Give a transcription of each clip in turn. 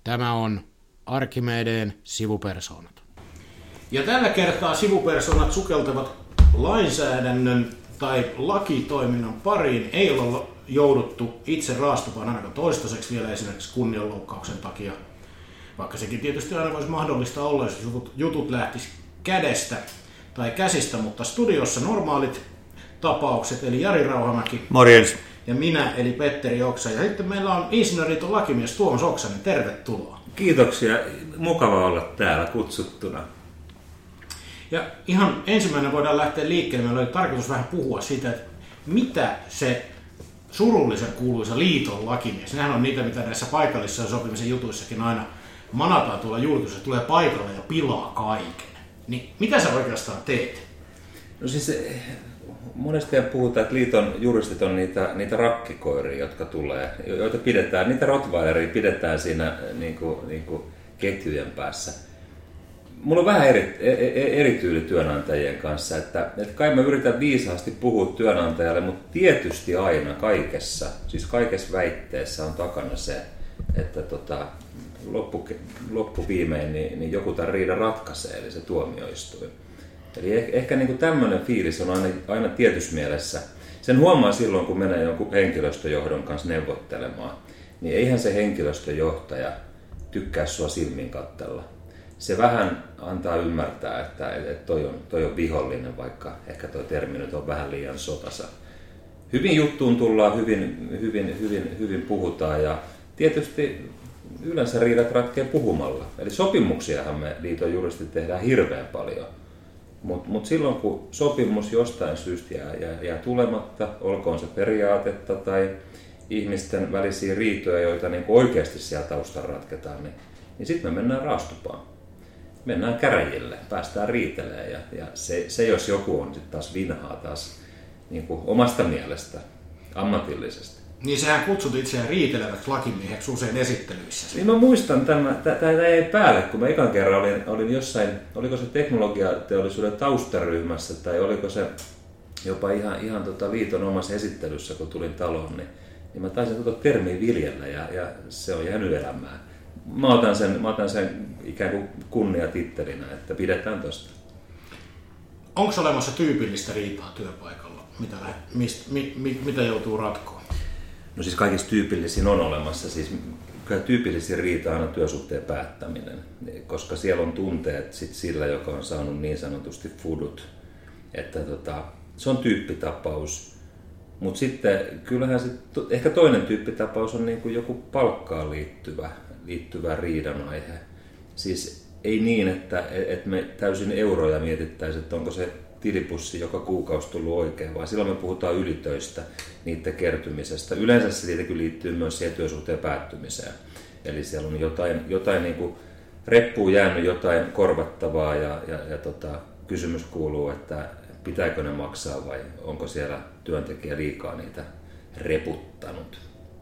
Tämä on Arkimedeen sivupersoonat. Ja tällä kertaa sivupersoonat sukeltavat lainsäädännön tai lakitoiminnan pariin. Ei olla jouduttu itse raastupaan ainakaan toistaiseksi vielä esimerkiksi kunnianloukkauksen takia. Vaikka sekin tietysti aina voisi mahdollista olla, jos jutut lähtis kädestä tai käsistä, mutta studiossa normaalit tapaukset, eli Jari Rauhamäki. Morjens. Ja minä, eli Petteri Oksa. Ja sitten meillä on Insinööriliiton lakimies Tuomas Oksanen. Tervetuloa. Kiitoksia. Mukava olla täällä kutsuttuna. Ja ihan ensimmäinen voidaan lähteä liikkeelle. Meillä oli tarkoitus vähän puhua siitä, että mitä se surullisen kuuluisa liiton lakimies. Nehän on niitä, mitä näissä paikallisissa sopimisen jutuissakin aina manataan tuolla julkisuudessa, tulee paikalle ja pilaa kaiken. Niin mitä sä oikeastaan teet? No siis monesti puhutaan, että liiton juristit on niitä rakkikoiria, jotka tulee, joita pidetään, niitä rottweileria pidetään siinä niinku ketjujen päässä. Mulla on vähän eri tyyli työnantajien kanssa, että kai mä yritän viisaasti puhua työnantajalle, mutta tietysti aina kaikessa, siis kaikessa väitteessä on takana se, että loppuviimein niin joku tämän riidan ratkaisee, eli se tuomioistuin. Eli ehkä niin kuin tämmöinen fiilis on aina tietyssä mielessä. Sen huomaa silloin, kun menee jonkun henkilöstöjohdon kanssa neuvottelemaan, niin eihän se henkilöstöjohtaja tykkää sua silmin katsella. Se vähän antaa ymmärtää, että toi on vihollinen, vaikka ehkä toi termi nyt on vähän liian sotasa. Hyvin juttuun tullaan, hyvin puhutaan ja tietysti yleensä riidat ratkeaa puhumalla. Eli sopimuksiahan me liiton juristit tehdään hirveän paljon. Mutta silloin kun sopimus jostain syystä jää tulematta, olkoon se periaatetta tai ihmisten välisiä riitoja, joita niin oikeasti siellä taustalla ratketaan, niin sitten me mennään raastupaan. Mennään käräjille, päästään riitelemään ja se jos joku on sitten taas vinhaa taas niin kuin omasta mielestä, ammatillisesti. Niin sehän kutsut itseään riiteleväksi lakimieheksi usein esittelyissä. Niin mä muistan, tämä ei päälle, kun mä ekan kerran olin jossain, oliko se teknologiateollisuuden taustaryhmässä tai oliko se jopa ihan liiton omassa esittelyssä, kun tulin taloon, niin mä taisin termiä viljellä ja se on jäänyt elämään. Mä otan sen ikään kuin kunniatittelinä, että pidetään tosta. Onko olemassa tyypillistä riitaa työpaikalla? Mitä joutuu ratkoon? No siis kaikista tyypillisin on olemassa. Siis kyllä tyypillisin riita on aina työsuhteen päättäminen, koska siellä on tunteet sit sillä, joka on saanut niin sanotusti fudut. Että se on tyyppitapaus. Mutta sitten kyllähän ehkä toinen tyyppitapaus on niin kuin joku palkkaan liittyvä riidan aihe. Siis ei niin, että me täysin euroja mietittäisiin, että onko se tilipussi joka kuukausi tullut oikein, vaan silloin me puhutaan ylitöistä, niiden kertymisestä. Yleensä se tietenkin liittyy myös siihen työsuhteen päättymiseen. Eli siellä on jotain niin kuin reppuun jäänyt jotain korvattavaa ja kysymys kuuluu, että pitääkö ne maksaa vai onko siellä työntekijä liikaa niitä reputtanut.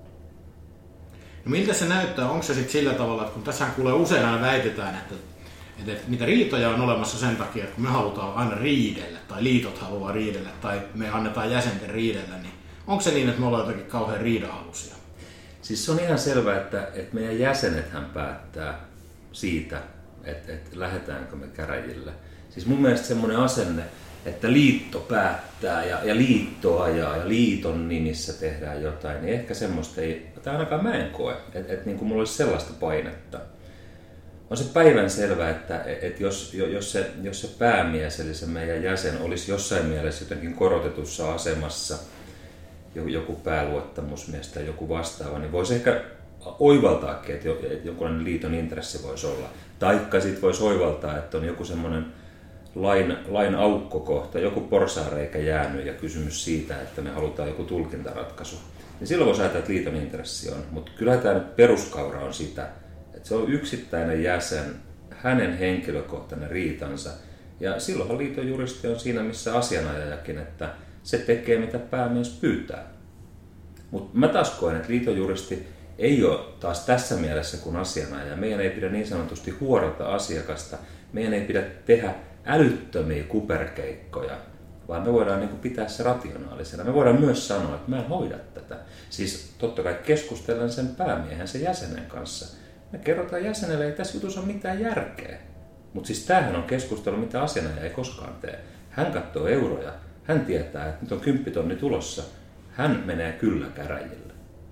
No miltä se näyttää? Onko se sitten sillä tavalla, että kun tässä kuulee usein aina väitetään, että niitä riitoja on olemassa sen takia, että kun me halutaan aina riidellä, tai liitot haluaa riidellä, tai me annetaan jäsenten riidellä, niin onko se niin, että me ollaan jotenkin kauhean riidahalusia? Siis se on ihan selvää, että meidän jäsenethän päättää siitä, että lähdetäänkö me käräjille. Siis mun mielestä semmoinen asenne, että liitto päättää ja liitto ajaa ja liiton nimissä tehdään jotain, niin ehkä semmoista ei, tai ainakaan mä en koe, että niin kuin mulla olisi sellaista painetta. On se päivän selvä, että jos se päämies, eli se meidän jäsen, olisi jossain mielessä jotenkin korotetussa asemassa, joku pääluottamusmies tai joku vastaava, niin voisi ehkä oivaltaakin, että jonkunlainen liiton intressi voisi olla. Taikka sitten voisi oivaltaa, että on joku semmoinen lain aukkokohta, joku porsaanreikä jäänyt ja kysymys siitä, että me halutaan joku tulkintaratkaisu. Niin silloin voisi ajatella, että liiton intressi on. Mutta kyllä tämä peruskaura on sitä, että se on yksittäinen jäsen, hänen henkilökohtainen riitansa. Ja silloinhan liiton juristi on siinä, missä asianajajakin, että se tekee mitä päämies pyytää. Mutta mä taas koen, että liiton juristi ei ole taas tässä mielessä kuin asianajaja. Meidän ei pidä niin sanotusti huorata asiakasta. Meidän ei pidä tehdä älyttömiä kuperkeikkoja, vaan me voidaan niin kuin pitää se rationaalisena. Me voidaan myös sanoa, että mä en hoida tätä. Siis totta kai keskustellen sen päämiehen, sen jäsenen kanssa. Me kerrotaan jäsenelle, että tässä jutussa on mitään järkeä. Mutta siis tämähän on keskustelu, mitä asianajaja ei koskaan tee. Hän katsoo euroja, hän tietää, että nyt on 10 000 tulossa. Hän menee kyllä käräjille.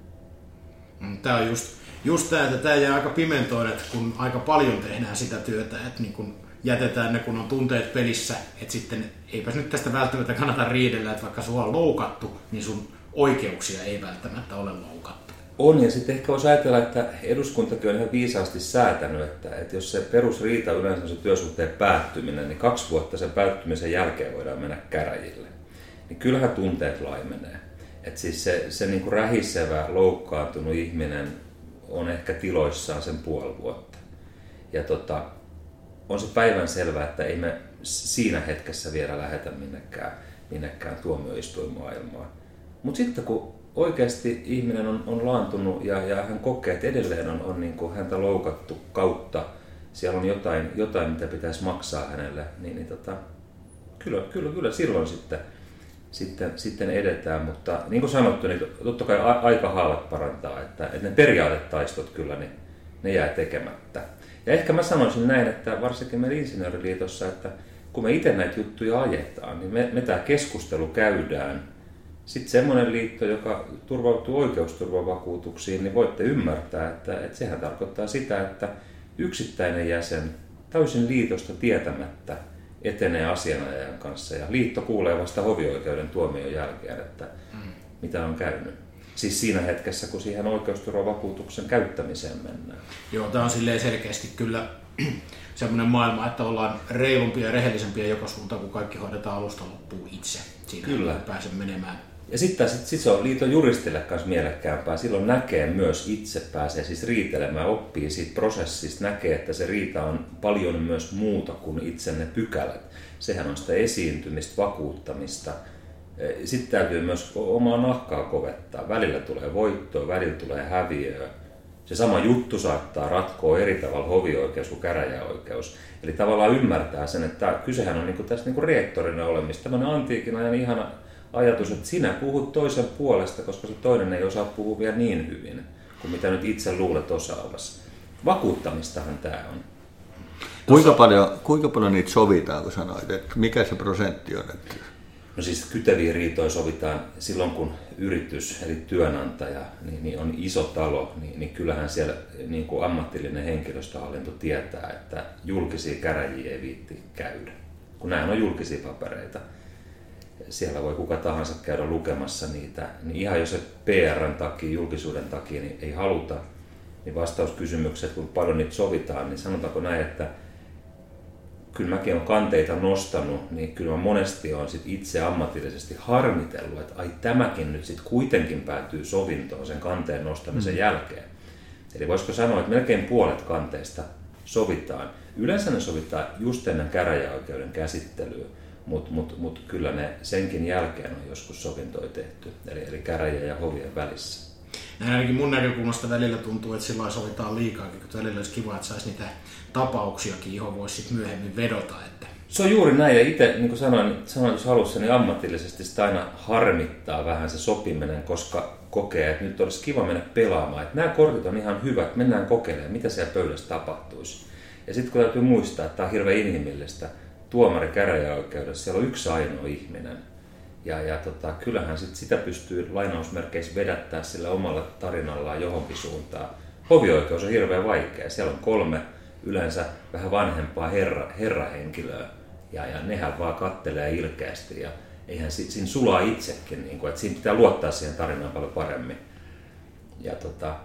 Tämä on just tämä, että tämä jää aika pimentoon, että kun aika paljon tehdään sitä työtä, että niin kun jätetään ne, kun on tunteet pelissä, että sitten eipäs nyt tästä välttämättä kannata riidellä, että vaikka sua on loukattu, niin sun oikeuksia ei välttämättä ole loukattu. On, ja sitten ehkä voisi ajatella, että eduskuntakin on ihan viisaasti säätänyt, että jos se perusriita yleensä on se työsuhteen päättyminen, niin 2 vuotta sen päättymisen jälkeen voidaan mennä käräjille. Niin kyllähän tunteet laimenee. Että siis se niin kuin rähisevä, loukkaantunut ihminen on ehkä tiloissaan sen 0,5 vuotta. Ja on se päivän selvää, että ei me siinä hetkessä vielä lähetä minnekään tuomioistuinmaailmaan. Mutta sitten kun oikeasti ihminen on laantunut ja hän kokee, että edelleen on niin kuin häntä loukattu kautta, siellä on jotain mitä pitäisi maksaa hänelle, niin kyllä silloin sitten edetään. Mutta niin kuin sanottu, niin totta kai aikahaavat parantaa, että ne periaatetaistot kyllä ne jää tekemättä. Ja ehkä mä sanoisin näin, että varsinkin meidän Insinööriliitossa, että kun me itse näitä juttuja ajetaan, niin me tämä keskustelu käydään. Sitten semmoinen liitto, joka turvautuu oikeusturvavakuutuksiin, niin voitte ymmärtää, että sehän tarkoittaa sitä, että yksittäinen jäsen täysin liitosta tietämättä etenee asianajajan kanssa. Ja liitto kuulee vasta hovioikeuden tuomion jälkeen, että mitä on käynyt. Siis siinä hetkessä, kun siihen oikeusturvavakuutuksen käyttämiseen mennään. Joo, tämä on silleen selkeästi kyllä semmoinen maailma, että ollaan reilumpia ja rehellisempiä joka suuntaan, kun kaikki hoidetaan alusta loppuun itse. Siinä kyllä. Ei pääse menemään. Ja sitten se on liiton juristille kanssa mielekkäämpää. Silloin näkee myös itse, pääsee siis riitelemään, oppii siitä prosessista, näkee, että se riita on paljon myös muuta kuin itse ne pykälät. Sehän on sitä esiintymistä, vakuuttamista. Sitten täytyy myös omaa nahkaa kovettaa. Välillä tulee voittoa, välillä tulee häviöä. Se sama juttu saattaa ratkoa eri tavalla hovioikeus kuin käräjäoikeus. Eli tavallaan ymmärtää sen, että kysehän on niinku tästä niinku reaktorina olemista. Tällainen antiikin ajan ihana ajatus, että sinä puhut toisen puolesta, koska se toinen ei osaa puhua vielä niin hyvin kuin mitä nyt itse luulet osaavasi. Vakuuttamistahan tämä on. Kuinka paljon niitä sovitaan, kun sanoit, että mikä se prosentti on? Että... No siis kyteviä riitoja sovitaan silloin, kun yritys eli työnantaja niin on iso talo, niin kyllähän siellä niin kuin ammatillinen henkilöstöhallinto tietää, että julkisia käräjiä ei viitti käydä, kun nämä on julkisia papereita. Siellä voi kuka tahansa käydä lukemassa niitä, niin ihan jos se PR:n takia, julkisuuden takia niin ei haluta, niin vastauskysymykset, kun paljon niitä sovitaan, niin sanotaanko näin, että kyllä mäkin olen kanteita nostanut, niin kyllä mä monesti olen sit itse ammatillisesti harmitellut, että ai tämäkin nyt sitten kuitenkin päätyy sovintoon sen kanteen nostamisen jälkeen. Eli voisiko sanoa, että melkein puolet kanteista sovitaan. Yleensä ne sovitaan just ennen käräjäoikeuden käsittelyä, mutta kyllä ne senkin jälkeen on joskus sovintoja tehty, eli käräjä ja hovien välissä. Näin ainakin mun näkökulmasta välillä tuntuu, että sillä sovitaan liikaakin, kun välillä olisi kiva, että saisi niitä tapauksiakin, johon voisi sitten myöhemmin vedota. Että... Se on juuri näin, ja itse, niin kuin sanoin tuossa alussa, niin ammatillisesti sitä aina harmittaa vähän se sopiminen, koska kokee, että nyt olisi kiva mennä pelaamaan. Että nämä kortit on ihan hyvät, mennään kokeilemaan, mitä siellä pöydässä tapahtuisi. Ja sitten kun täytyy muistaa, että tämä on hirveän inhimillistä, tuomari käräjäoikeudessa, siellä on yksi ainoa ihminen. Ja kyllähän sitä pystyy lainausmerkeissä vedättää sillä omalla tarinallaan johonkin suuntaan. Hovioikeus on hirveän vaikea. Siellä on 3 yleensä vähän vanhempaa herrahenkilöä ja nehän vaan kattelee ilkeästi. Ja eihän siinä sulaa itsekin, niin kuin, että siinä pitää luottaa siihen tarinaan paljon paremmin. Ja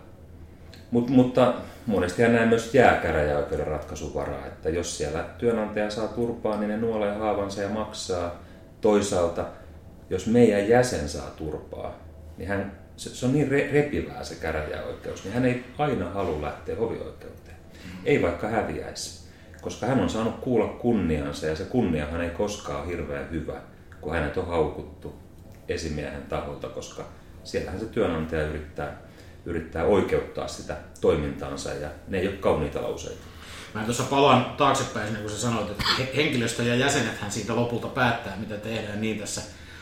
mutta monestihan näin myös jää käräjäoikeuden ratkaisuvaraa, että jos siellä työnantaja saa turpaa, niin ne nuolee haavansa ja maksaa. Toisaalta, jos meidän jäsen saa turpaa, niin se on niin repivää se käräjäoikeus, niin hän ei aina halua lähteä hovioikeuteen. Ei vaikka häviäisi, koska hän on saanut kuulla kunniansa ja se kunniahan ei koskaan ole hirveän hyvä, kun hänet on haukuttu esimiehen taholta, koska siellähän se työnantaja yrittää oikeuttaa sitä toimintaansa ja ne ei ole kauniita lauseita. Mä tuossa palaan taaksepäin, kun sä sanoit, että henkilöstö ja jäsenethän siitä lopulta päättää, mitä tehdään, niin tässä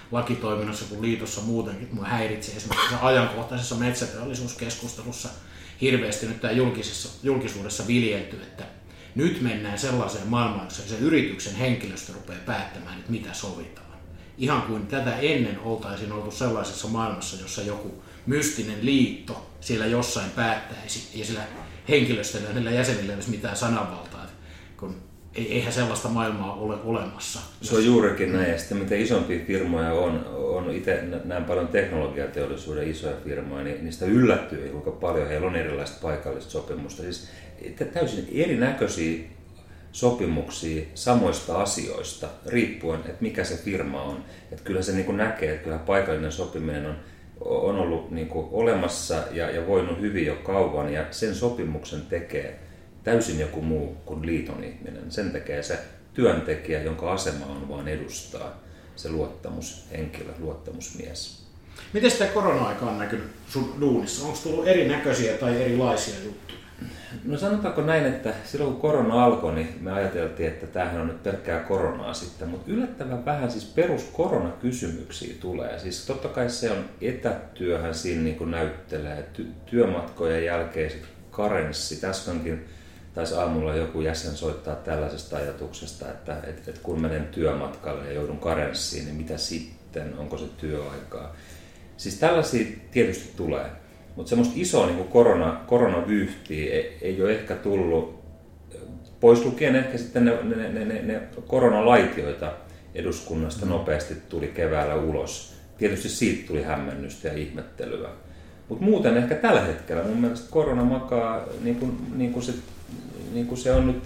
lakitoiminnassa kuin liitossa muutenkin. Mua häiritsee esimerkiksi ajankohtaisessa metsäteollisuuskeskustelussa hirveästi nyt tämä julkisuudessa viljelty, että nyt mennään sellaiseen maailmaan, jossa se yrityksen henkilöstö rupeaa päättämään, että mitä sovitaan. Ihan kuin tätä ennen oltaisiin oltu sellaisessa maailmassa, jossa joku mystinen liitto siellä jossain päättäisi ja sillä henkilöstöllä ja niillä jäsenillä ei olisi mitään sananvaltaa, kun eihän sellaista maailmaa ole olemassa. Se on juurikin näin, ja sitten mitä isompia firmoja on itse näin paljon teknologiateollisuuden isoja firmoja, niin niistä yllättyy, kuinka paljon heillä on erilaista paikallista sopimusta. Siis täysin erinäköisiä sopimuksia samoista asioista, riippuen, että mikä se firma on. Että kyllä se niin kuin näkee, että kyllä paikallinen sopiminen on ollut niin kuin olemassa ja voinut hyvin jo kauan, ja sen sopimuksen tekee täysin joku muu kuin liiton ihminen. Sen tekee se työntekijä, jonka asema on vaan edustaa, se luottamushenkilö, luottamusmies. Miten tämä korona-aika on näkynyt sun duunissa? Onko tullut erinäköisiä tai erilaisia juttuja? No sanotaanko näin, että silloin kun korona alkoi, niin me ajateltiin, että tämähän on nyt pelkkää koronaa sitten, mutta yllättävän vähän siis peruskoronakysymyksiä tulee. Siis totta kai se on etätyöhän siinä niin kuin näyttelee, työmatkojen jälkeiset karenssit. Äskenkin taisi aamulla joku jäsen soittaa tällaisesta ajatuksesta, että kun menen työmatkalle ja joudun karenssiin, niin mitä sitten, onko se työaikaa. Siis tällaisia tietysti tulee. Mutta semmoista isoa niin koronavyyhtiä ei ole ehkä tullut, pois lukien ehkä sitten ne koronalait, joita eduskunnasta nopeasti tuli keväällä ulos. Tietysti siitä tuli hämmennystä ja ihmettelyä. Mutta muuten ehkä tällä hetkellä mun mielestä korona makaa niin kuin se on nyt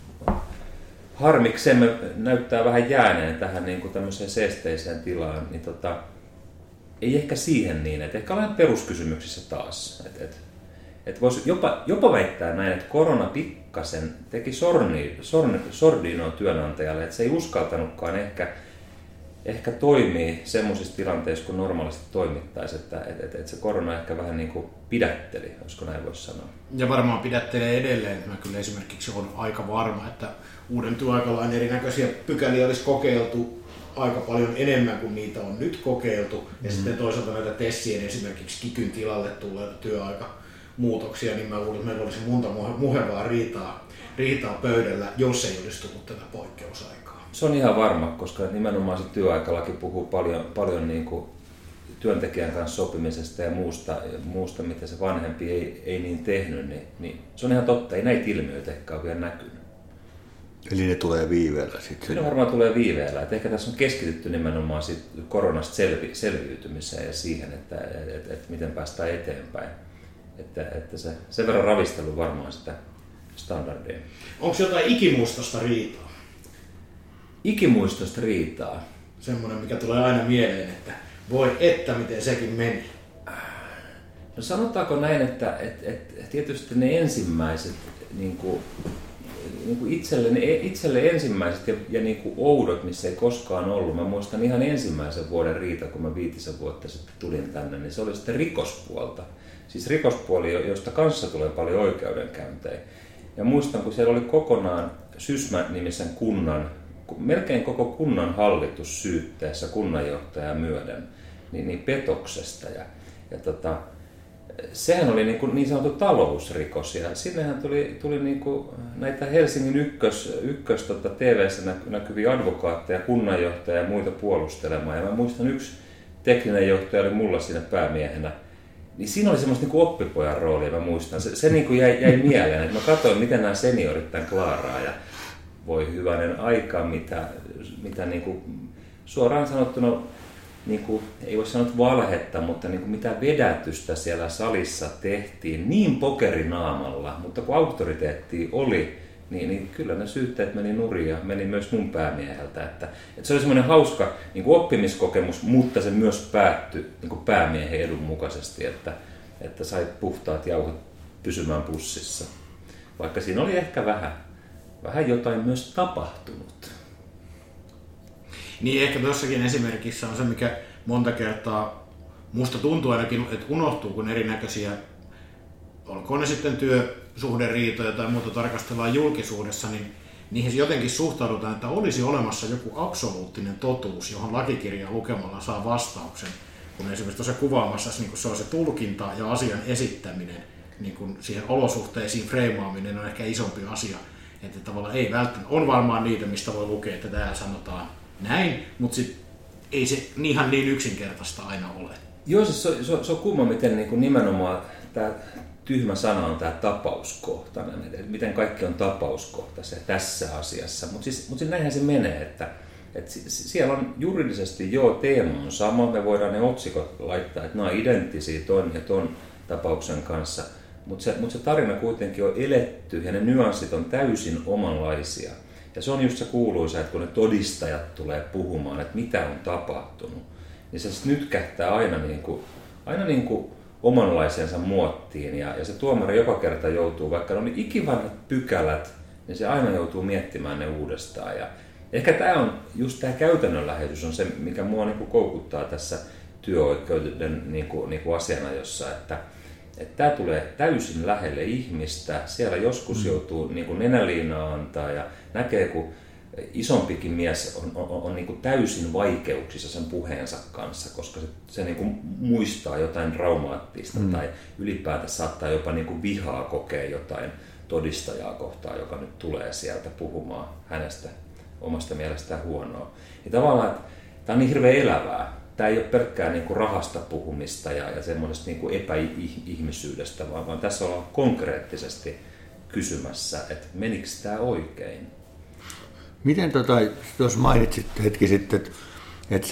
harmiksemme näyttää vähän jääneen tähän niin kuin tämmöiseen seesteiseen tilaan, niin ei ehkä siihen niin, että ehkä ollaan peruskysymyksissä taas. Et voisi jopa väittää näin, että korona pikkasen teki sordinoa työnantajalle, että se ei uskaltanutkaan ehkä toimii semmoisissa tilanteissa, kun normaalisti toimittaisiin, että se korona ehkä vähän niin kuin pidätteli, josko näin voisi sanoa. Ja varmaan pidättelee edelleen. Mä kyllä esimerkiksi on aika varma, että uuden työaikalain erinäköisiä pykäliä olisi kokeiltu aika paljon enemmän kuin niitä on nyt kokeiltu. Ja sitten toisaalta näitä TESien esimerkiksi kikyn tilalle tulleita työaikamuutoksia, niin mä luulen, että meillä olisi monta muhevaa riitaa pöydällä, jos ei olisi tullut tätä poikkeusaikaa. Se on ihan varma, koska nimenomaan se työaikalaki puhuu paljon niin kuin työntekijän kanssa sopimisesta ja muusta, mitä se vanhempi ei niin tehnyt, niin se on ihan totta. Ei näitä ilmiöitä ehkä ole vielä näkynyt. Eli ne tulee viiveellä sitten? Kyllä varmaan tulee viiveellä. Et ehkä tässä on keskitytty nimenomaan sit koronasta selviytymiseen ja siihen, että miten päästään eteenpäin. Että sen verran ravistelu varmaan sitä standardia. Onko jotain ikimuistosta riitaa? Ikimuistosta riitaa? Semmoinen, mikä tulee aina mieleen, että voi että miten sekin meni. No sanotaanko näin, että tietysti ne ensimmäiset niin kuin itselle ensimmäiset ja niin kuin oudot, missä ei koskaan ollut. Mä muistan ihan ensimmäisen vuoden riita, kun mä 5 vuotta sitten tulin tänne, niin se oli sitten rikospuolta. Siis rikospuoli, josta kanssa tulee paljon oikeudenkäyntejä. Ja muistan, kun siellä oli kokonaan Sysmä-nimisen kunnan, melkein koko kunnan hallitus syytteessä kunnanjohtajaa myöden, niin petoksesta. Sehän oli niin sanottu talousrikos, ja sinnehän tuli niin kuin näitä Helsingin ykkös TV:ssä näkyviä advokaatteja, kunnanjohtajia ja muita puolustelemaan. Ja mä muistan, yksi tekninen johtaja oli mulla siinä päämiehenä. Niin siinä oli semmoista niin kuin oppipojan roolia, mä muistan. Se niin kuin jäi mieleen, että mä katsoin, miten nämä seniorit tämän klaaraa. Ja voi hyvänen aika, mitä niin kuin suoraan sanottuna, niin kuin, ei voi sanoa valhetta, mutta niin kuin mitä vedätystä siellä salissa tehtiin niin pokerinaamalla, mutta kun auktoriteettia oli, niin kyllä ne syytteet meni nurin ja meni myös mun päämieheltä. Että se oli semmoinen hauska niin kuin oppimiskokemus, mutta se myös päättyi niin kuin päämiehen edun mukaisesti, että sai puhtaat jauhot pysymään pussissa. Vaikka siinä oli ehkä vähän jotain myös tapahtunut. Niin ehkä tuossakin esimerkissä on se, mikä monta kertaa musta tuntuu ainakin, että unohtuu, kun erinäköisiä, olkoon ne sitten työsuhderiitoja tai muuta tarkastellaan julkisuudessa, niin niihin jotenkin suhtaudutaan, että olisi olemassa joku absoluuttinen totuus, johon lakikirjaa lukemalla saa vastauksen, kun esimerkiksi tuossa kuvaamassa niin kun se on se tulkinta ja asian esittäminen, niin kun siihen olosuhteisiin freimaaminen on ehkä isompi asia, että tavallaan ei välttämättä, on varmaan niitä, mistä voi lukea, että täällä sanotaan näin, mutta sitten ei se ihan niin yksinkertaista aina ole. Joo, se on kumma, miten niin kuin nimenomaan tämä tyhmä sana on tämä tapauskohtainen, että miten kaikki on tapauskohtaisia tässä asiassa, mutta siis näinhän se menee, että siellä on juridisesti teema on sama, me voidaan ne otsikot laittaa, että nämä on identtisiä ton ja ton tapauksen kanssa, mutta se tarina kuitenkin on eletty ja ne nyanssit on täysin omanlaisia. Ja se on just se kuuluisa, että kun ne todistajat tulee puhumaan, että mitä on tapahtunut, niin se nytkähtää aina niin kuin omanlaisensa muottiin. Ja se tuomari joka kerta joutuu, vaikka ne on ikivanhat pykälät, niin se aina joutuu miettimään ne uudestaan. Ja ehkä tämä käytännönläheitys on se, mikä mua niin kuin koukuttaa tässä työoikeuden niin kuin asiana, jossa, että tämä tulee täysin lähelle ihmistä, siellä joskus joutuu niin kuin nenäliinaa antaa ja näkee, kun isompikin mies on niin kuin täysin vaikeuksissa sen puheensa kanssa, koska se niin kuin muistaa jotain traumaattista tai ylipäätään saattaa jopa niin kuin vihaa kokea jotain todistajaa kohtaan, joka nyt tulee sieltä puhumaan hänestä omasta mielestään huonoa. Ja tavallaan, että tämä on niin hirveän elävää. Tämä ei ole pelkkää niin kuin rahasta puhumista ja semmoisesta niin kuin epäihmisyydestä, vaan tässä ollaan konkreettisesti kysymässä, että menikö tämä oikein? Miten tuossa mainitsit hetki sitten, että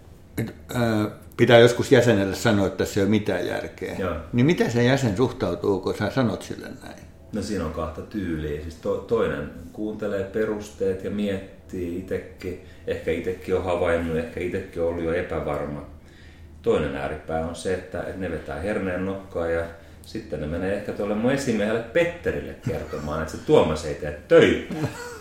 pitää joskus jäsenelle sanoa, että tässä ei ole mitään järkeä. Joo. Niin miten se jäsen suhtautuu, kun sä sanot sille näin? No siinä on kahta tyyliä. Siis toinen kuuntelee perusteet ja miettii itsekin. Ehkä itsekin on havainnut, ehkä itsekin on ollut jo epävarma. Toinen ääripää on se, että ne vetää herneen nokkaa ja sitten ne menee ehkä tuolle mun esimiehelle Petterille kertomaan, että se Tuomas ei tee töitä.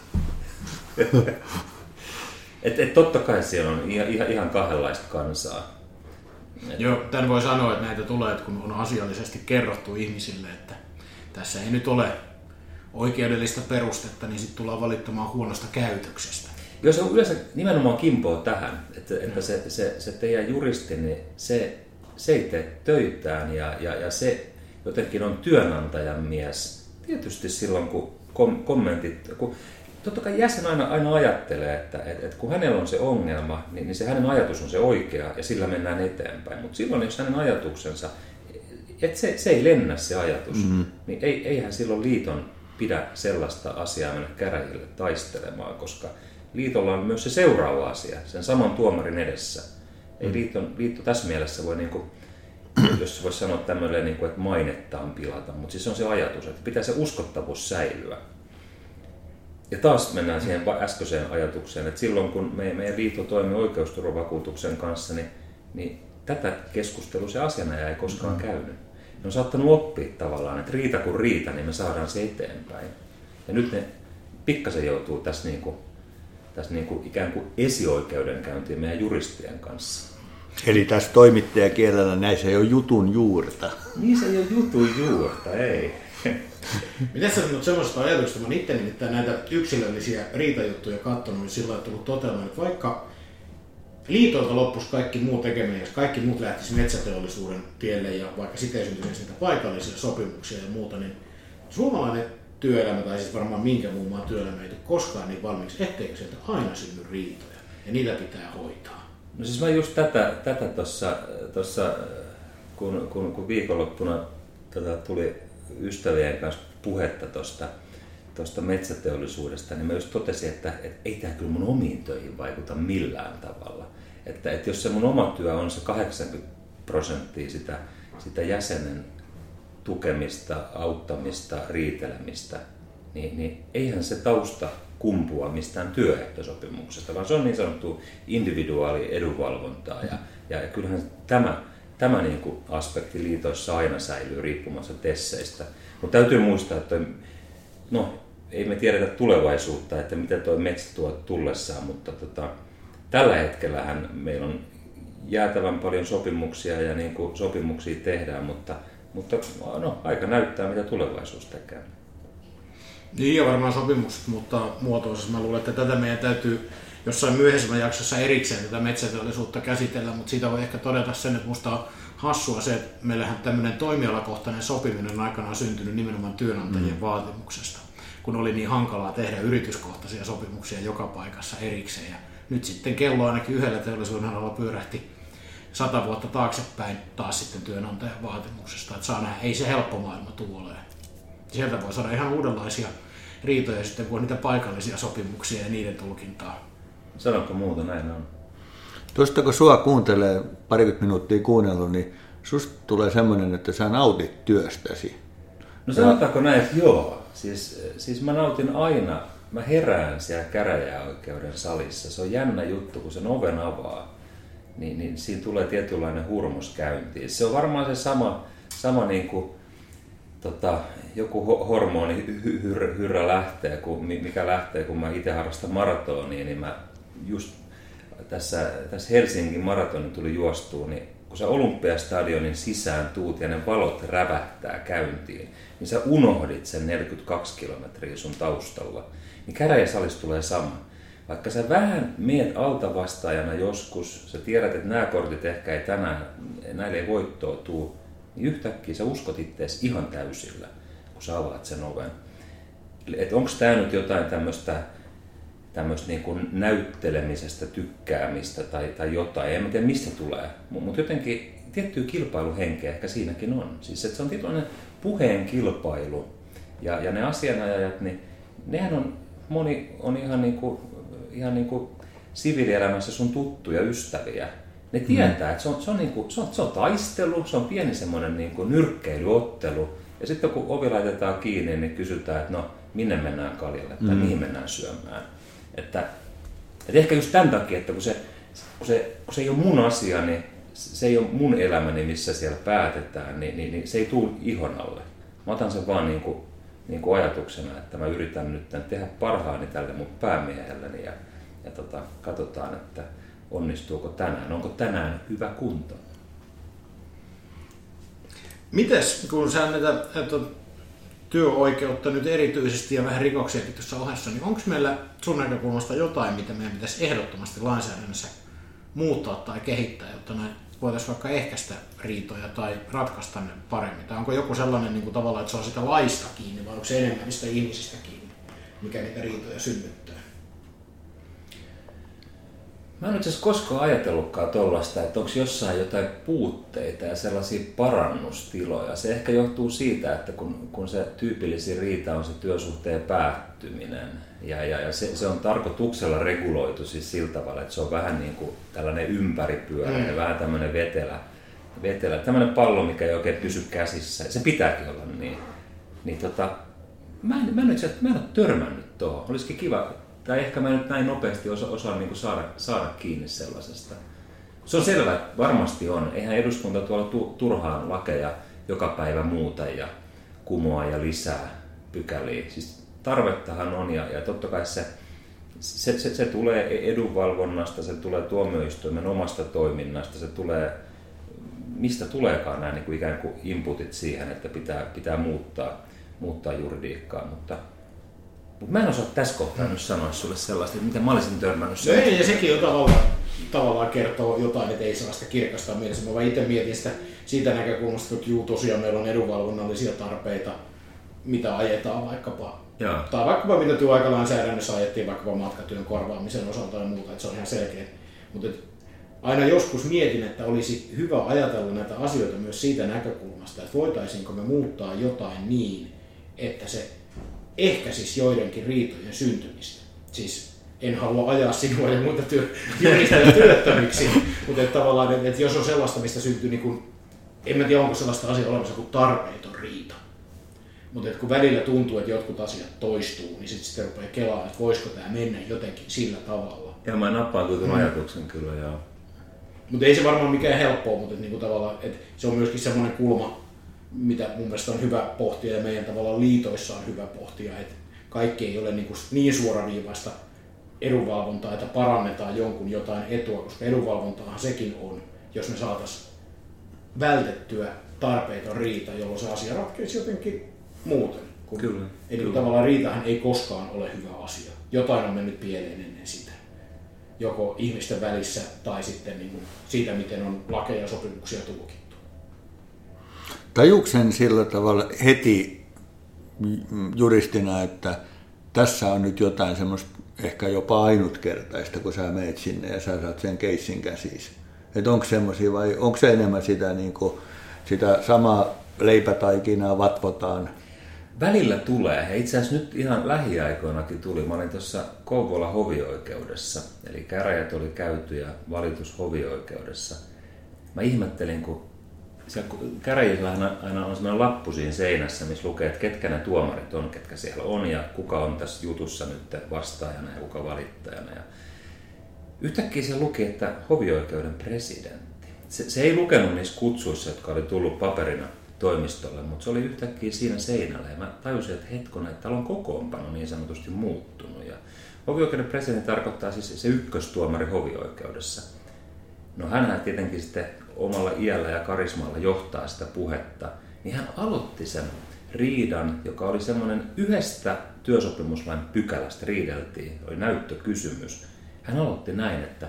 Et totta kai siellä on ihan kahdenlaista kansaa. Joo, tämän voi sanoa, että näitä tulee, että kun on asiallisesti kerrottu ihmisille, että tässä ei nyt ole oikeudellista perustetta, niin sitten tullaan valittamaan huonosta käytöksestä. Joo, se on yleensä nimenomaan kimpoo tähän, että se teidän juristi, niin se ei tee töitään ja se jotenkin on työnantajan mies. Tietysti silloin, kun kommentit... Totta kai jäsen aina ajattelee, että kun hänellä on se ongelma, niin se hänen ajatus on se oikea ja sillä mennään eteenpäin. Mutta silloin, jos hänen ajatuksensa, että se ei lennä se ajatus, niin eihän silloin liiton pidä sellaista asiaa mennä käräjille taistelemaan, koska liitolla on myös se seuraava asia, sen saman tuomarin edessä. Ei liitto tässä mielessä voi, niin kuin, jos voisi sanoa tämmöinen, niin kuin, että mainettaan pilata, mutta siis se on se ajatus, että pitää se uskottavuus säilyä. Ja taas mennään siihen äskeiseen ajatukseen, että silloin kun meidän liitto toimii oikeusturvavakuutuksen kanssa, niin tätä keskustelua se asianajaja ei koskaan käynyt. Ne on saattanut oppia tavallaan, että riita kun riita, niin me saadaan se eteenpäin. Ja nyt ne pikkasen joutuu tässä ikään kuin esioikeudenkäyntiin meidän juristien kanssa. Eli tässä toimittajakielellä näissä ei ole jutun juurta. Niin se ei ole jutun juurta, ei. Miten sä sanot semmoista ajatusta? Mä oon itse nimittäin näitä yksilöllisiä riitajuttuja katsonut, niin sillä on tullut toteamaan, että vaikka liitolta loppuisi kaikki muu tekeminen, jos kaikki muut lähtisi metsäteollisuuden tielle ja vaikka sitten ei syntyisi niitä paikallisia sopimuksia ja muuta, niin suomalainen työelämä, tai siis varmaan minkä muun maan työelämä ei tule koskaan niin valmiiksi, etteikö sieltä aina synny riitoja ja niitä pitää hoitaa. No siis mä just tätä tuossa kun viikonloppuna tuli ystävien kanssa puhetta tuosta metsäteollisuudesta, niin mä just totesin, että ei tämä kyllä mun omiin töihin vaikuta millään tavalla. Että jos se mun oma työ on se 80% sitä jäsenen tukemista, auttamista, riitelemistä, niin eihän se tausta kumpua mistään työehtosopimuksesta, vaan se on niin sanottu individuaali edunvalvontaa. Ja kyllähän tämä niin kuin aspekti liitoissa aina säilyy riippumassa tesseistä. Mutta täytyy muistaa, että ei me tiedetä tulevaisuutta, että miten tuo metsä tuo tullessaan, mutta tällä hetkellähän meillä on jäätävän paljon sopimuksia ja niin kuin sopimuksia tehdään, mutta aika näyttää, mitä tulevaisuus tekee. Niin ja varmaan sopimukset muuttaa muotoisessa. Mä luulen, että tätä meidän täytyy jossain myöhemmässä jaksossa erikseen tätä metsäteollisuutta käsitellä, mutta siitä voi ehkä todeta sen, että musta on hassua se, että meillähän tämmöinen toimialakohtainen sopiminen on aikanaan syntynyt nimenomaan työnantajien vaatimuksesta, kun oli niin hankalaa tehdä yrityskohtaisia sopimuksia joka paikassa erikseen. Ja nyt sitten kello ainakin yhdellä teollisuuden alalla pyörähti 100 vuotta taaksepäin taas sitten työnantajan vaatimuksesta, että saa nähdä, ei se helppo maailma tule. Sieltä voi saada ihan uudenlaisia riitoja sitten, kun on niitä paikallisia sopimuksia ja niiden tulkintaa. Sanonko muuta, näin on. Tuosta kun sua kuuntelee parikymmentä minuuttia kuunnellut, niin susta tulee semmoinen, että sä nautit työstäsi. No sanotaanko näin, että joo. Siis mä nautin aina, mä herään siellä käräjäoikeuden salissa. Se on jännä juttu, kun sen oven avaa, niin siinä tulee tietynlainen hurmos käyntiin. Se on varmaan se sama niin kuin, joku hormonihyrrä lähtee, mikä lähtee, kun mä itse harrastan maratonia, niin mä just tässä Helsingin maratoni tuli juostua, niin kun sä Olympiastadionin sisään tuut ja ne valot rävähtää käyntiin, niin sä unohdit sen 42 kilometriä sun taustalla. Niin käräjäsalissa tulee sama. Vaikka sä vähän meet altavastaajana joskus, sä tiedät, että nämä kortit ehkä ei tänään, näille ei voittoa tuu, niin yhtäkkiä sä uskot ittees ihan täysillä, kun sä avaat sen oven. Että onko tää nyt jotain tämmöistä niin kuin näyttelemisestä, tykkäämistä tai jotain, en tiedä mistä tulee, mutta jotenkin tiettyä kilpailuhenkeä ehkä siinäkin on. Siis että se on tietynlainen puheen kilpailu ja ne asianajajat, niin nehän on, moni on ihan niin kuin siviilielämässä sun tuttuja ystäviä. Ne tietää, että se on taistelu, se on pieni semmoinen niin kuin nyrkkeilyottelu ja sitten kun ovi laitetaan kiinni, niin kysytään, että no minne mennään kaljalle tai mihin mennään syömään. Että ehkä just tämän takia, että kun se ei ole mun asia, niin se ei ole mun elämäni, missä siellä päätetään, niin se ei tule ihon alle. Mä otan sen vaan niin kuin ajatuksena, että mä yritän nyt tehdä parhaani tälle mun päämiehelleni ja katsotaan, että onnistuuko tänään, onko tänään hyvä kunto. Mites, kun sä näitä työoikeutta nyt erityisesti ja vähän rikoksiakin tuossa ohessa, niin onko meillä sun näkökulmasta jotain, mitä meidän pitäisi ehdottomasti lainsäädännössä muuttaa tai kehittää, jotta näin voitaisiin vaikka ehkäistä riitoja tai ratkaista ne paremmin? Tai onko joku sellainen niin kuin tavallaan, että se on sitä laista kiinni, vai onko se enemmän niistä ihmisistä kiinni, mikä niitä riitoja synnyttää? Mä en itse asiassa koskaan ajatellutkaan tollaista, että onko jossain jotain puutteita ja sellaisia parannustiloja. Se ehkä johtuu siitä, että kun se tyypillisin riita on se työsuhteen päättyminen ja se on tarkoituksella reguloitu siis sillä tavalla, että se on vähän niin kuin tällainen ympäripyöräinen, vähän tämmöinen vetelä, tämmöinen pallo, mikä ei oikein pysy käsissä. Se pitääkin olla niin. Mä en ole törmännyt tuohon. Olisikin kiva. Tai ehkä mä nyt näin nopeasti osaan niin kuin saada kiinni sellaisesta. Se on selvä, että varmasti on. Eihän eduskunta tuolla turhaan lakeja joka päivä muuta ja kumoa ja lisää pykäliä. Siis tarvettahan on ja totta kai se tulee edunvalvonnasta, se tulee tuomioistuimen omasta toiminnasta, se tulee, mistä tuleekaan nämä niin kuin ikään kuin inputit siihen, että pitää muuttaa juridiikkaa. Mutta mä en osaa tässä kohtaa nyt sanoa sulle sellaista, että miten mä olisin törmännyt sen. Ei, ja sekin jo tavallaan kertoo jotain, että ei saa sitä kirkastaa mielessä. Mä vaan itse mietin sitä siitä näkökulmasta, että tosiaan meillä on edunvalvonnallisia tarpeita, mitä ajetaan vaikkapa. Joo. Tai vaikkapa mitä työaikalainsäädännössä ajettiin vaikkapa matkatyön korvaamisen osalta ja muuta, että se on ihan selkeä. Mutta aina joskus mietin, että olisi hyvä ajatella näitä asioita myös siitä näkökulmasta, että voitaisiinko me muuttaa jotain niin, että se ehkäisisi joidenkin riitojen syntymistä. Siis en halua ajaa sinua ja muita juristeja työttömiksi, mutta että tavallaan, että jos on sellaista, mistä syntyy, niin kuin, en mä tiedä onko sellaista asiaa olemassa kuin tarpeeton riita. Mutta kun välillä tuntuu, että jotkut asiat toistuu, niin sitten rupeaa kelaamaan, että voisiko tämä mennä jotenkin sillä tavalla. Ja mä nappaan tuon ajatuksen kyllä, joo. Mutta ei se varmaan mikään helppoa, mutta niinku tavallaan, että se on myöskin semmoinen kulma, mitä mun mielestä on hyvä pohtia ja meidän tavallaan liitoissa on hyvä pohtia, että kaikki ei ole niin suoraviivaista edunvalvontaa, että parannetaan jonkun jotain etua, koska edunvalvontaahan sekin on, jos me saataisiin vältettyä tarpeeton riita, jolloin se asia ratkeisi jotenkin muuten Kyllä. Eli tavallaan riitahan ei koskaan ole hyvä asia. Jotain on mennyt pieleen ennen sitä. Joko ihmisten välissä tai sitten niin kuin siitä, miten on lakeja ja sopimuksia tulkittu. Tajuuko sen sillä tavalla heti juristina, että tässä on nyt jotain semmoista ehkä jopa ainutkertaista, kun sä meet sinne ja sä saat sen keissin käsiisi? Että onko semmoisia vai onko se enemmän sitä, niin kuin, sitä samaa leipätaikinaa vatvotaan? Välillä tulee. Ja itse asiassa nyt ihan lähiaikoinakin tuli. Mä olin tuossa Kouvolan hovioikeudessa, eli käräjät oli käyty ja valitus hovioikeudessa. Mä ihmettelin, kun siellä käräjillä aina on sellainen lappu siinä seinässä, missä lukee, että ketkä ne tuomarit on, ketkä siellä on ja kuka on tässä jutussa nyt vastaajana ja kuka valittajana. Ja yhtäkkiä siellä luki, että hovioikeuden presidentti. Se ei lukenut niissä kutsuissa, jotka oli tullut paperina toimistolle, mutta se oli yhtäkkiä siinä seinällä. Ja mä tajusin, että hetkonen, että täällä on kokoonpano niin sanotusti muuttunut. Ja hovioikeuden presidentti tarkoittaa siis se ykköstuomari hovioikeudessa. No hänhän tietenkin sitten omalla iällä ja karismalla johtaa sitä puhetta, niin hän aloitti sen riidan, joka oli semmoinen yhdestä työsopimuslain pykälästä riideltiin, oli näyttökysymys. Hän aloitti näin, että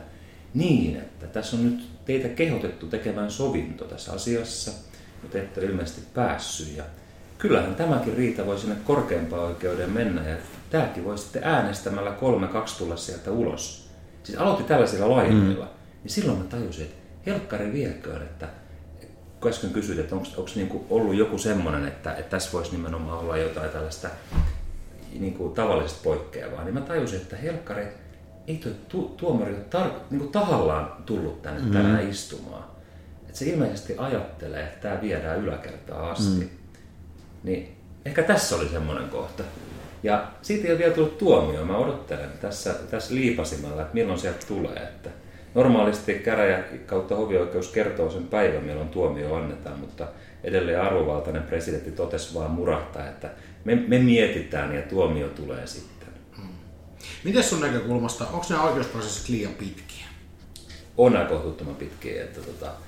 tässä on nyt teitä kehotettu tekemään sovinto tässä asiassa, mutta ette ilmeisesti päässyt. Ja kyllähän tämäkin riita voi sinne korkeimpaan oikeuteen mennä ja tämäkin voi sitten äänestämällä 3-2 tulla sieltä ulos. Siis aloitti tällaisilla lainoilla. Niin silloin mä tajusin, että helkkari vieköön, että kun äsken kysyit, että onko niinku ollut joku semmoinen, että tässä voisi nimenomaan olla jotain tällaista niinku tavallisesta poikkeavaa, niin mä tajusin, että helkkari ei tuomari ole niinku tahallaan tullut tänne tänään istumaan. Että se ilmeisesti ajattelee, että tämä viedään yläkertaan asti. Niin ehkä tässä oli semmoinen kohta. Ja siitä ei ole vielä tullut tuomio. Mä odottelen tässä liipasimella, että milloin sieltä tulee. Että normaalisti käräjä kautta hovioikeus kertoo sen päivän, milloin tuomio annetaan, mutta edelleen arvovaltainen presidentti totesi vaan murahtaa, että me mietitään ja tuomio tulee sitten. Miten sun näkökulmasta, onko nämä oikeusprosessit liian pitkiä? On aika kohtuuttoman pitkiä, että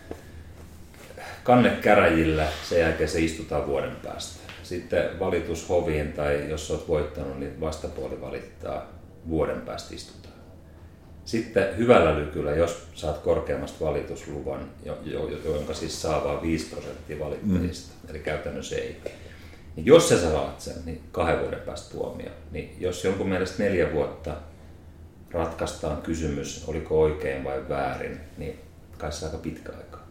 kanne käräjillä, sen jälkeen se istutaan vuoden päästä. Sitten valitus hoviin tai jos olet voittanut, niin vastapuoli valittaa, vuoden päästä istutaan. Sitten hyvällä lykyllä, jos saat korkeammasta valitusluvan, jonka siis saa vain 5% valittajista, eli käytännössä ei. Niin jos sä saat sen, niin 2 vuoden päästä tuomio. Niin jos jonkun mielestä 4 vuotta ratkaistaan kysymys, oliko oikein vai väärin, niin kai se aika pitkä aika.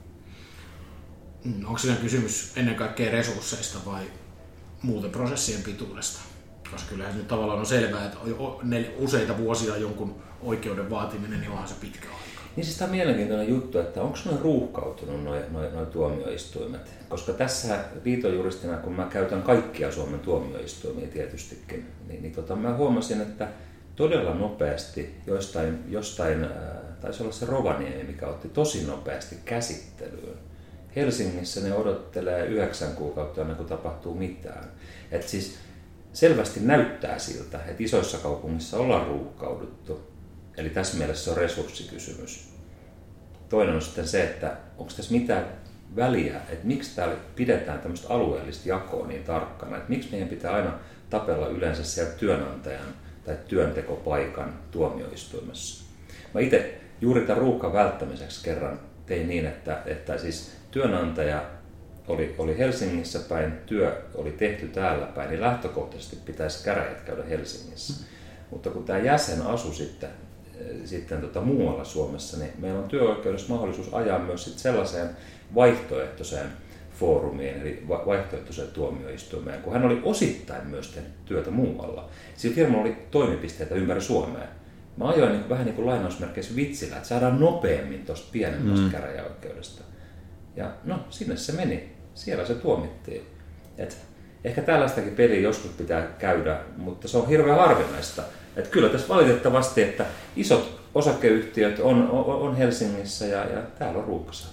Onko siinä kysymys ennen kaikkea resursseista vai muuten prosessien pituudesta? Koska kyllähän se nyt tavallaan on selvää, että useita vuosia jonkun oikeuden vaatiminen, niin onhan se pitkä aika. Niin siis tämä on mielenkiintoinen juttu, että onko noin ruuhkautunut noi tuomioistuimet? Koska tässä liitojuristina, kun mä käytän kaikkia Suomen tuomioistuimia tietystikin, niin mä huomasin, että todella nopeasti jostain taisi olla se Rovaniemi, mikä otti tosi nopeasti käsittelyyn. Helsingissä ne odottelee 9 kuukautta ennen kuin tapahtuu mitään. Et siis selvästi näyttää siltä, että isoissa kaupungissa ollaan ruuhkauduttu. Eli tässä mielessä se on resurssikysymys. Toinen on sitten se, että onko tässä mitään väliä, että miksi täällä pidetään tämmöistä alueellista jakoa niin tarkkana. Että miksi meidän pitää aina tapella yleensä siellä työnantajan tai työntekopaikan tuomioistuimessa. Mä itse juuri tämän ruuhkan välttämiseksi kerran tein niin, että siis työnantaja oli Helsingissä päin, työ oli tehty täällä päin, niin lähtökohtaisesti pitäisi käräjät käydä Helsingissä. Mutta kun tämä jäsen asui sitten muualla Suomessa, niin meillä on työoikeudessa mahdollisuus ajaa myös sit sellaiseen vaihtoehtoiseen foorumiin, eli vaihtoehtoiseen tuomioistuimeen, kun hän oli osittain myös tehnyt työtä muualla. Sillä firmalla oli toimipisteitä ympäri Suomea. Mä ajoin vähän niin kuin lainausmerkeissä vitsillä, että saadaan nopeammin tuosta pienemmästä käräjäoikeudesta. Ja no, sinne se meni. Siellä se tuomittiin. Et ehkä tällaistakin peliä joskus pitää käydä, mutta se on hirveän harvinaista. Et kyllä tässä valitettavasti, että isot osakeyhtiöt on Helsingissä ja täällä on ruuhkassa.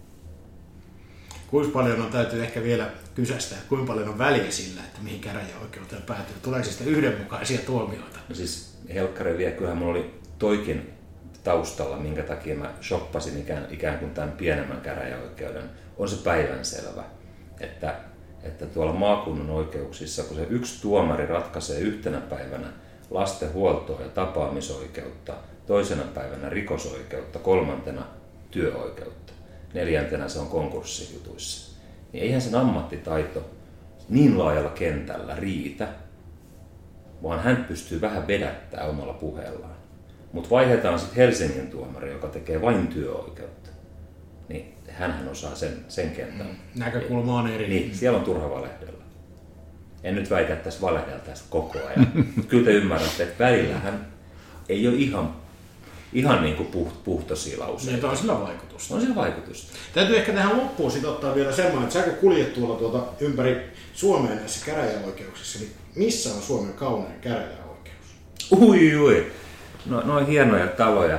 Kuinka paljon täytyy ehkä vielä kysästä, että kuinka paljon on väliä sillä, että mihin käräjäoikeuteen päätyy? Tuleeko sitten yhdenmukaisia tuomioita? No siis helkkari vielä, kyllähän mulla oli toikin taustalla, minkä takia mä shoppasin ikään kuin tämän pienemmän käräjäoikeuden. On se päivänselvä, että että tuolla maakunnan oikeuksissa, kun se yksi tuomari ratkaisee yhtenä päivänä lasten huoltoa ja tapaamisoikeutta, toisena päivänä rikosoikeutta, kolmantena työoikeutta, neljäntenä se on konkurssijutuissa, niin eihän sen ammattitaito niin laajalla kentällä riitä, vaan hän pystyy vähän vedättämään omalla puheellaan. Mutta vaihdetaan sitten Helsingin tuomari, joka tekee vain työoikeutta. Niin hänhän osaa sen kentän. Näkökulma on eri. Niin, siellä on turha valehdella. En nyt väitä, että tässä valehdeltaisiin koko ajan. Mutta kyllä te ymmärrätte, että välillähän ei ole ihan niin kuin puhtoisia lauseita. Niin, on sillä vaikutusta. On sillä vaikutusta. Täytyy ehkä tähän loppuun sit ottaa vielä semmoinen, että sä kun kuljet tuolla ympäri Suomea näissä käräjäoikeuksissa, niin missä on Suomen kaunein käräjäoikeus? Ui. No on hienoja taloja.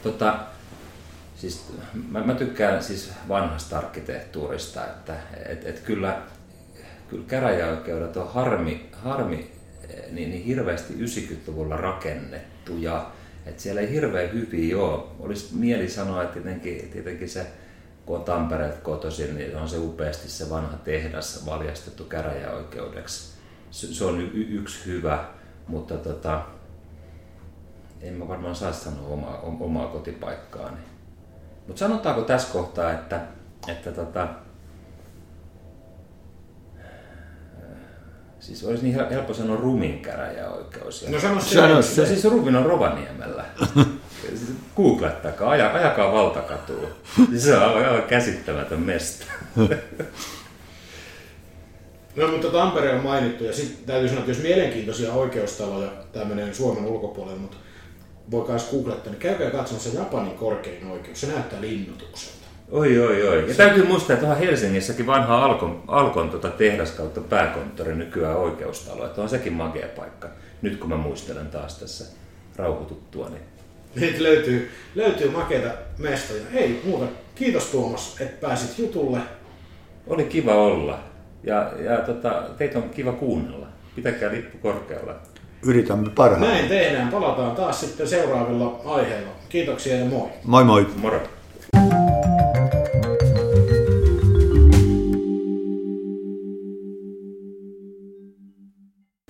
Siis, mä tykkään siis vanhasta arkkitehtuurista, että kyllä käräjäoikeudet on harmi niin hirveästi 90-luvulla rakennettu ja että siellä ei hirveän hyviä ole. Olisi mieli sanoa, että tietenkin se, kun on Tampereelta kotoisin, niin on se upeasti se vanha tehdas valjastettu käräjäoikeudeksi. Se on yksi hyvä, mutta en mä varmaan saa sanoa omaa kotipaikkaani. Mutta sanotaanko tässä kohtaa, että siis olisi niin helppo sanoa Rumin käräjäoikeus. No sano se. No siis Rumin on Rovaniemellä. Siis googlettakaa, ajakaa valtakatua. Se on aivan käsittämätön mesta. No mutta Tampere on mainittu ja sitten täytyy sanoa, että jos mielenkiintoisia oikeustaloja, tämä menee Suomen ulkopuolelle, mutta voi myös googlettaa, niin käykää katsomassa Japanin korkein oikeus. Se näyttää linnoitukselta. Oi. Ja täytyy muistaa, että onhan Helsingissäkin vanha Alkon tehdas kautta pääkonttori nykyään oikeustalo. Että on sekin magea paikka. Nyt kun mä muistelen taas tässä rauhoituttua. Niin löytyy makeita mestoja. Ei muuta. Kiitos Tuomas, että pääsit jutulle. Oli kiva olla. Ja teitä on kiva kuunnella. Pitäkää lippu korkealla. Yritämme parhaan. Näin tehdään. Palataan taas sitten seuraavilla aiheilla. Kiitoksia ja moi. Moi moi. Moro.